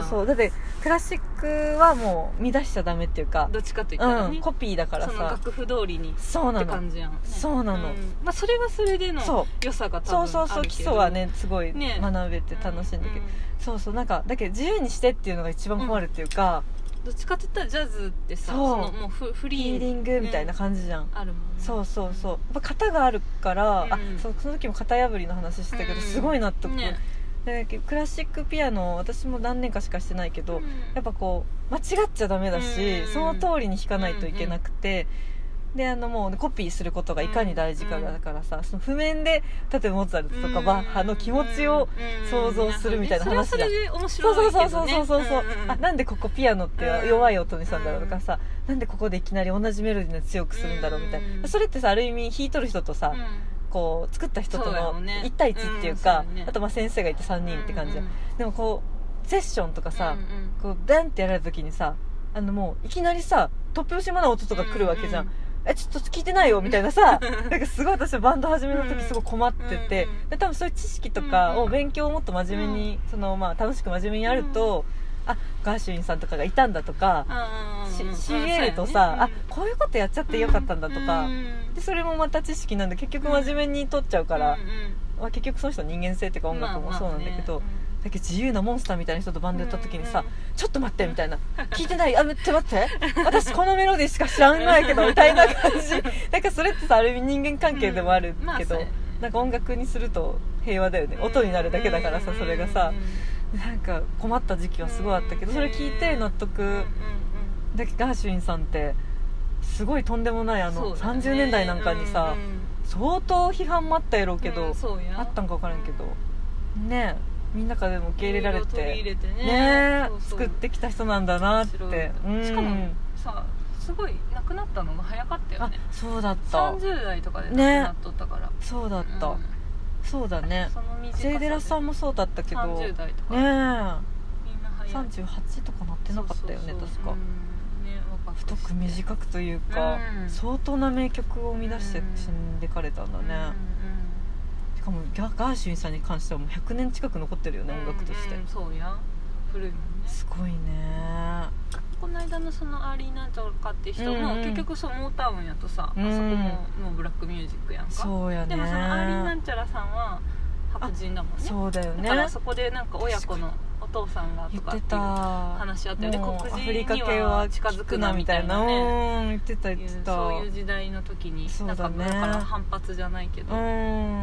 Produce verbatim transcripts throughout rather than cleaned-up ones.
そう、だってクラシックはもう乱しちゃダメっていうか、 どっちかと言ったらね、 うん、コピーだからさ、 その楽譜通りにそうなのって感じやん、ね、 そうなの、 うん、まあ、それはそれでの良さが多分あるけど、 そうそうそう、基礎はねすごいね学べて楽しいんだけど、 うんうん、 そうそう、なんかだけど自由にしてっていうのが一番困るっていうか、 うん、どっちかって言ったらジャズってさ、そのもうフ、フリーヒーリングみたいな感じじゃん、 ね、あるもんね。 そうそうそう、やっぱ型があるから、 うん、 あ そ, その時も型破りの話してたけど、 うん、 すごい納得、 ね、 でクラシックピアノ私も何年かしかしてないけど、 うん、 やっぱこう間違っちゃダメだし、うん、その通りに弾かないといけなくて、うん、であのもうコピーすることがいかに大事かだからさ、うん、その譜面で例えばモーツァルトとかバッハの気持ちを想像するみたいな話だ、うん、それはそれで面白いけどね、そうそうそうそうそう、うん、あなんでここピアノって弱い音にしたんだろうとかさ、うん、なんでここでいきなり同じメロディーで強くするんだろうみたいな、うん、それってさある意味弾いとる人とさ、うん、こう作った人とのいち対いちっていうか、うん、あとまあ先生がいてさんにんって感じじゃん、うんうん、でもこうセッションとかさ、うんうん、こうバンってやられた時にさ、あのもういきなりさ突拍子もない音とか来るわけじゃん、うんうん、えちょっと聞いてないよみたいなさなんかすごい私バンド始めの時すごい困ってて、で多分そういう知識とかを勉強をもっと真面目に、そのまあ楽しく真面目にやると、あガーシュウィンさんとかがいたんだとか、知り得るとさ、あこういうことやっちゃってよかったんだとか、でそれもまた知識なんで結局真面目に取っちゃうから、まあ、結局その人の人間性っていうか音楽もそうなんだけど、だけど自由なモンスターみたいな人とバンドやった時にさ、ちょっと待ってみたいな、聞いてない、あ待って待って私このメロディーしか知らないけどみたいな感じなんかそれってさある意味人間関係でもあるけど、なんか音楽にすると平和だよね、音になるだけだからさ、それがさなんか困った時期はすごいあったけど、それ聞いて納得だけど、ガーシュウィンさんってすごいとんでもないあの、ね、さんじゅうねんだいなんかにさ、うんうん、相当批判もあったやろうけど、うん、あったんか分からんけどね、みんなからでも受け入れられて、 取り入れてね、 ねそうそう作ってきた人なんだなって、うん、 しかもさすごい亡くなったのが早かったよね。 あそうだった、 さんじゅうだいとかで亡くなっとったから、ね、 そうだった、うん、そうだね、ジェイデラさんもそうだったけどさんじゅうだいとかね、みんな早いさんじゅうはちとかなってなかったよね、そうそうそう確か、うんね、太く短くというか、うん、相当な名曲を生み出して死んでかれたんだね、うんうん、しかもガーシュウィンさんに関してはもうひゃくねん近く残ってるよね、うん、音楽として、うん、 そうや古いもんね、 すごいね。 この間のそのアーリーなんちゃらかっていう人も、うんうん、結局そうモータウンやとさ、うん、あそこももうブラックミュージックやんか、 そうやね。 でもそのアーリーなんちゃらさんは白人だもんね、 そうだよね。 だからそこでなんか親子のお父さんがとかっていう話あったよね、黒人には近づくなみたいなね、 うん言ってた言ってた、 そういう時代の時になんかだから反発じゃないけど、うん、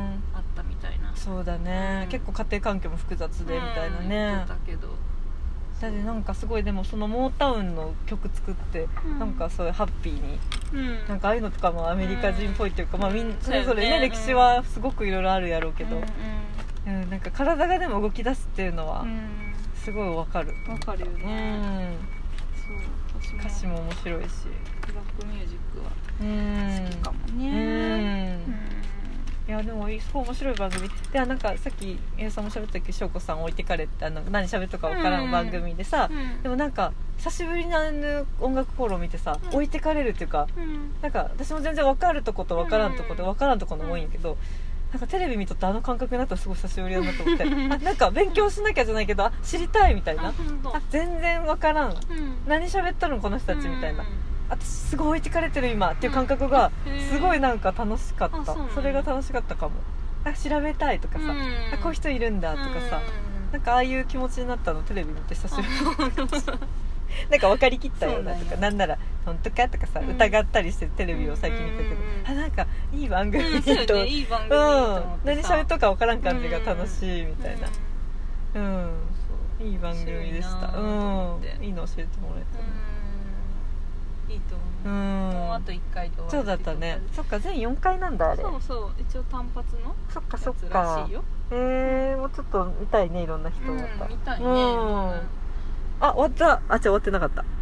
あったみたいな。 そうだね、うん、結構家庭環境も複雑でみたいなね、 うん、言ってたけど、 だってなんかすごいでもそのモータウンの曲作って、うん、なんかそういうハッピーに、うん、なんかああいうのとかもアメリカ人っぽいっていうか、うん、まあみんそれぞれね、歴史はすごくいろいろあるやろうけど、うんうん、なんか体がでも動き出すっていうのはすごいわかる。 わかるよね。 うん、そう、歌詞も面白いし、 ブラックミュージックは好きかもね。うん、うんいやでもすごい面白い番組で、なんかさっき江さんも喋ったけど翔子さん置いてかれてあの何喋ったか分からん番組でさ、うん、でもなんか久しぶりにあの音楽コールを見てさ、うん、置いてかれるっていうか、うん、なんか私も全然分かるとこと分からんとこと分からんとこの多いんやけど、なんかテレビ見とってあの感覚になったらすごい久しぶりだなと思ってあなんか勉強しなきゃじゃないけど、あ知りたいみたいな、あ全然分からん、うん、何喋ったのこの人たちみたいな、私すごい置いてかれてる今っていう感覚がすごいなんか楽しかった、うん、 そ, それが楽しかったかも。あ調べたいとかさ、うん、あこういう人いるんだとかさ、うん、なんかああいう気持ちになったのテレビ見て久しぶりなんか分かりきったようなとか、なんなら本当かとかさ、うん、疑ったりしてテレビを最近見たけど、うん、あなんかいい番組と、うんね、いい番組と思ってさ、 うん、何喋っとか分からん感じが楽しいみたいな、うん、うん、いい番組でした。うん、いいの教えてもらえた、 いいと思う。うん、もうあといっかいで終わる。 そうだったね。そっか全よんかいなんだあれ。 そうそう、一応単発のそっかそっからしいよ。へえー、もうちょっと見たいね、いろんな人また、 うん、見たいね、うん、 あ終わった。あ違う終わってなかった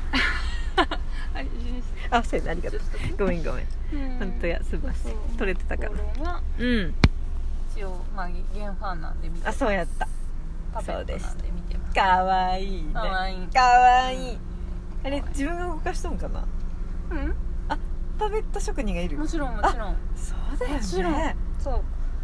あそうやね、ありがとうごめんごめん、うん、本当やすばし取れてたから。 はうん一応まあゲンファンなんで見てます。 あそうやった。 パペットなんで見てます。 かわいいね、かわいいかわいい、うん、あれ自分が動かしとんかな。 うん、 あパペット職人がいる。 もちろんもちろん。 そうだよね。 もちろんそうそう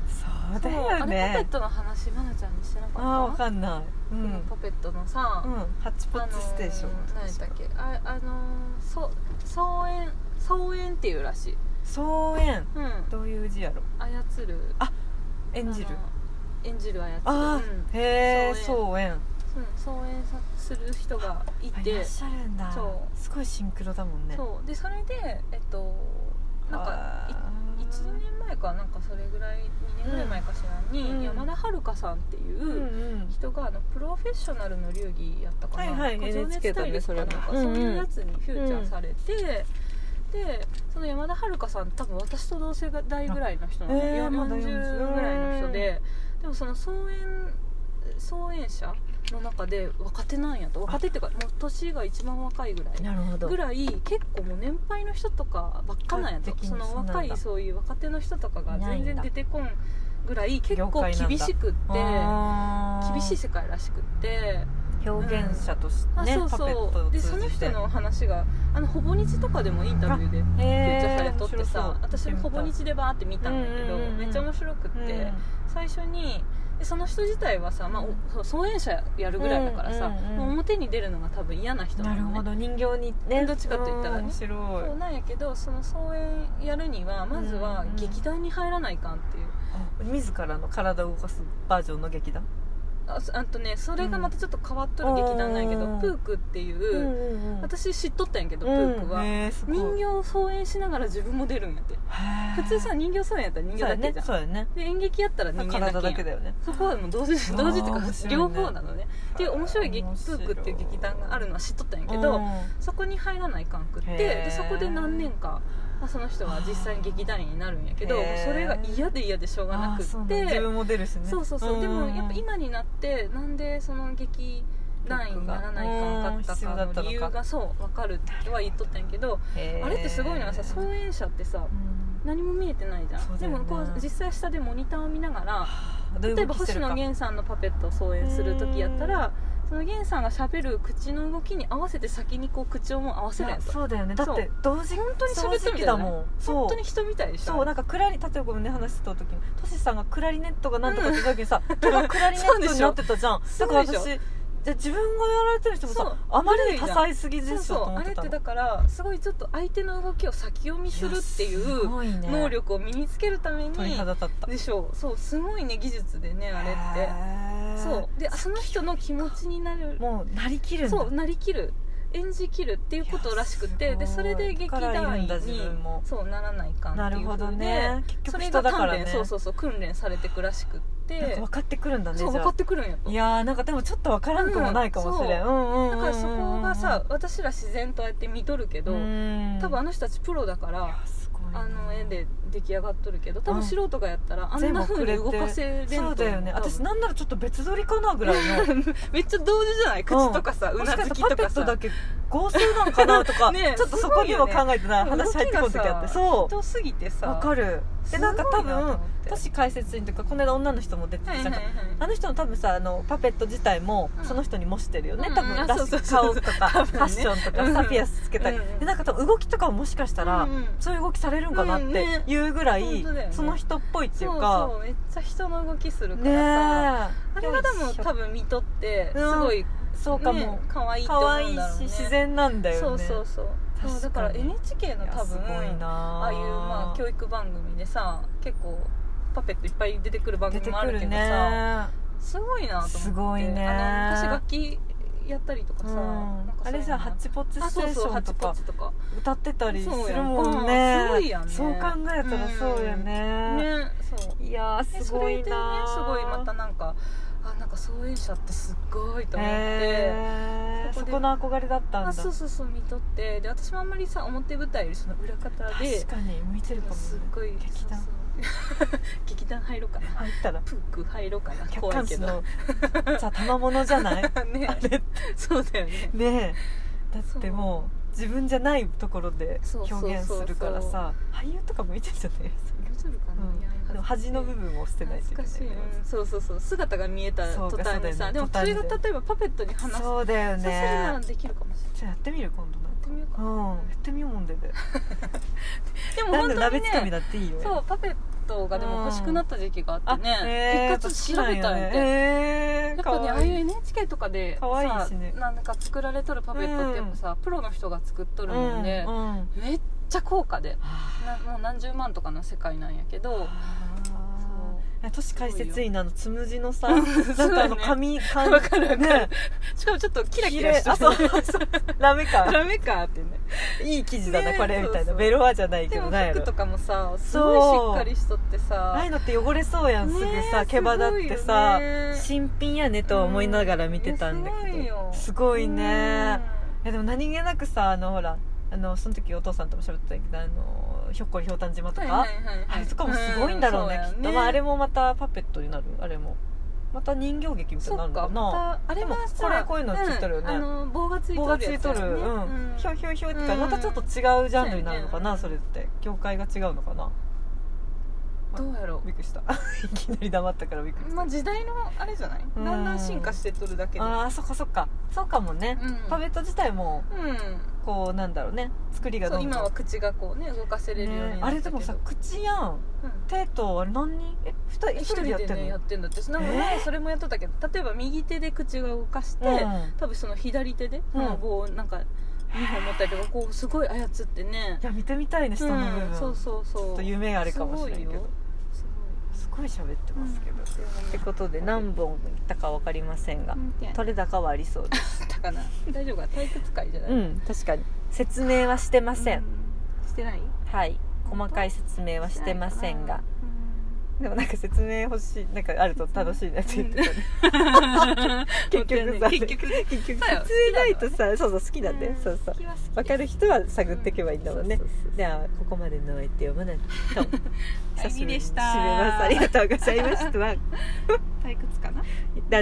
そうだよあれパペねットの話まなちゃんにしてなかった？ あーわかんない、うこのんパペットのさ、 うん、ハッチポッチステーション、 あのー、何やったっけ、あ、あのー、そ操園操園っていうらしい。 操園、 うん、 どういう字やろ、 操る、 あ、演じる、 あの演じる操る、 あー、 うん、 へえ、 操操園、 うん、操園さする人がいて、 いらっしゃるんだ、 そうすごいシンクロだもんね。 そうでそれでえっとなんかいちねんまえかなんかそれぐらいにねんぐらい前かしらに、 うん、 山田遥さんっていううんうん、 人があのプロフェッショナルの流儀やったかな、 はいはい、 情熱エヌエイチケー だね、それ大陸かが、 なんかそういうやつにフューチャーうんされて、でその山田遥さん多分私と同世代ぐらいの人なの、 えーまだよんじゅうぐらいの人で、でもその操園操園者の中で若手なんやと、若手っていうかもう年が一番若いぐらいなるほどぐらい結構もう年配の人とかばっかなんやと、その若いそういう若手の人とかが全然出てこんぐらい結構厳しくって厳しい世界らしくって表現者としてね、 うん、あそうそうパペットを通じてでその人の話があのほぼ日とかでもインタビューでフューチャーされとってさ、私もほぼ日でバーって見たんだけど、 うんうんうん、 めっちゃ面白くって、 うん、 最初にでその人自体はさ、まあ、操園者やるぐらいだからさ、 うんうんうん、 もう表に出るのが多分嫌な人なのね。 なるほど、人形にね、 どっちかって言ったらね、 面白い。 そうなんやけど、その操園やるにはまずは劇団に入らないかんっていう、 うんうん、自らの体を動かすバージョンの劇団、 ああとね、それがまたちょっと変わっとる劇団なんやけど、 うん、 プークっていう、うんうん、私知っとったんやけど、 うん、 プークは人形を操園しながら自分も出るんやって。普通さ、人形操園やったら人形だけじゃん。 そうやね、 で演劇やったら人間だけやん。 だけだよね。 そこはもう同時同時っていうか、ね、両方なのね。っていう面白い劇、プークっていう劇団があるのは知っとったんやけど、そこに入らないかんくって、でそこで何年かその人は実際に劇団員になるんやけど、それが嫌で嫌でしょうがなくって、 自分も出るしね。 そうそうそう。でもやっぱ今になってなんでその劇団員にならないかんかったかの理由がそう分かるっては言っとったんやけど、あれってすごいのがさ、操園者ってさ、うん、何も見えてないじゃん、ね、でもこう実際下でモニターを見ながら、例えば星野源さんのパペットを操園する時やったら、その源さんが喋る口の動きに合わせて先にこう口をも合わせるやんと。 そうだよね、だって同時本当に喋ってるみたいだもん。本当に人みたいでしょ。 そう、なんかクラリ、例えばごめんね、話してた時にトシさんがクラリネットがなんとかって時にさ、手がクラリネットになってたじゃん。だから私じゃ自分がやられてる人もさ、あまりに多彩すぎでしょと思ってた。 あれってだからすごいちょっと相手の動きを先読みするっていう能力を身につけるために鳥肌立ったでしょう。そう、すごいね、技術でね、あれって。そうで、その人の気持ちになる、 もうなりきるんだ。 そう、なりきる、演じきるっていうことらしくて、でそれで劇団員にそうならないかんっていう風で、ね、 結局人だからね、 それが鍛錬、そうそうそう、訓練されてくらしくって、 なんか分かってくるんだね。 そう分かってくるんやと。 いやー、なんかでもちょっと分からんくもないかもしれん。うんうん、 だからそこがさ、私ら自然とやって見とるけど、多分あの人たちプロだからあの絵で出来上がっとるけど、多分素人がやったらあんな風に動かせれんと。 そうだよね。私なんならちょっと別撮りかなぐらいのめっちゃ同時じゃない、口とかさ、うなずきとかさ、 パペットだけ合成なんかなとかね、ちょっとそこにも考えてない、話入ってこん時あって、そう人すぎてさ、 わかる。でなんか多分都市解説員とかこの間女の人も出てて、はいはいはい、あの人の多分さ、あのパペット自体もその人に模してるよね、うん、多分だし顔とかファッションとか、ね、サピアスつけたり、うん、でなんか多分動きとかももしかしたら、うん、そういう動きされるんかなっていうぐらい、うんね、その人っぽいっていうか、 そうそう、めっちゃ人の動きするからさ、ね、あれはでも多分見とってすごい、うん、 そうかも、ね、 可愛いと思うんだろうね。 可愛いし自然なんだよね。 そうそうそう。そうだから エヌエイチケー の多分ああいうまあ教育番組でさ、結構パペットいっぱい出てくる番組もあるけどさ、すごいなと思って。 すごいね。 あの昔楽器やったりとかさ、うん、 なんかあれじゃあハッチポッチステーションとか歌ってたりするもんね。すごいやんね。 そう考えたらそうやね。 うん、ね、そう。 いやーすごいなー。それでね、 すごいまたなんか。あ、なんか操園者ってすっごいと思って、 えー、そ, そこの憧れだったんだ。 あ、そうそうそう、見とって、で私もあんまりさ、表舞台よりその裏方で確かに向いてるかも、ね、 すっごい劇団そうそう劇団入ろうかな、 入ったらプーク入ろうかな、怖いけどじゃあ賜物じゃないね、あれそうだよね。 ねだってもう自分じゃないところで表現するからさ、俳優とか向いてるじゃねえ、 向いてるかな、うん、いやでも端の部分を捨てないといけない。 懐かしい、うん、そうそうそう、姿が見えた途端にさ、ね、でもそれが例えばパペットに話すそうだよね、 させるならできるかもしれない。 じゃあやってみる今度。なんかやってみようかな、うん、やってみようもんでででも本当にね、 鍋つかみだっていいよ。 そうパペットがでも欲しくなった時期があってね、 うん、えー、 一括調べたんで、 えー、 やっぱね、ああいう エヌエイチケー とかでかわいいし、ね、 なんか作られとるパペットってやっぱさ、うん、プロの人が作っとるもんで、うんうん、めっちゃ高価でなもう何十万とかの世界なんやけど、 都市解説員のあのつむじのさなんかあの紙感わかるわかる、ね、しかもちょっとキラキラしてる、 そうそうラメかラメかってね、 いい生地だな、ね、これみたいな。そうそう、ベロアじゃないけど、 でも服とかもさすごいしっかりしとってさ、 ああいうのって汚れそうやん、すぐさ毛羽立ってさ、ね、新品やねと思いながら見てたんだけど、うん、すごいよ、すごいね、うん、いやでも何気なくさ、あのほらあのその時お父さんとも喋ってたけど、あのひょっこりひょうたん島とか、はいはいはいはい、あれとかもすごいんだろうね、うん、きっと、ね、まあ、あれもまたパペットになる、あれもまた人形劇みたいになるのかな。 またあれはさ、 これこういうのついてるよね、うん、 あの棒がついとるやつ、ね、 棒がついとる、うん、うん、ひょひょひょってか、またちょっと違うジャンルになるのかな、それって業界が違うのかな。 どうやろう、 びっくりしたいきなり黙ったからびっくりした。 まあ時代のあれじゃない、だんだん進化してっとるだけで、 ああそっかそっか、そうかもね、うん、パペット自体も、うん、こうなんだろうね、作りがどんどん、 そう今は口がこうね動かせれるようになったけど、 ね、あれでもさ口やん、うん、手とあれ何人えふたり一人でやってんの、 ね、やってんだって。なんか前それもやっとったけど、例えば右手で口が動かして、うん、多分その左手で、うん、棒なんかにほん持ったりとか、こうすごい操ってね、 いや見てみたいね、下の部分、 うん、そうそうそう、ちょっと夢あるかもしれないけど、すごい喋ってますけど、うん、ってことで何本いったか分かりませんが、うん、取れ高はありそうです。 だかな、大丈夫か、退屈会じゃない、 うん、確かに説明はしてません、うん、 してない、 はい、細かい説明はしてませんが、でもなんか説明欲しい、なんかあると楽しいねって言ってたね結局さ、結局説明ないとさ、そうそう好きなんだよ、そうそう分かる人は探っていけばいいんだもんね。ではここまでのお相手をまなと久しぶりでした。 締めます。ありがとうございました。 退屈かな。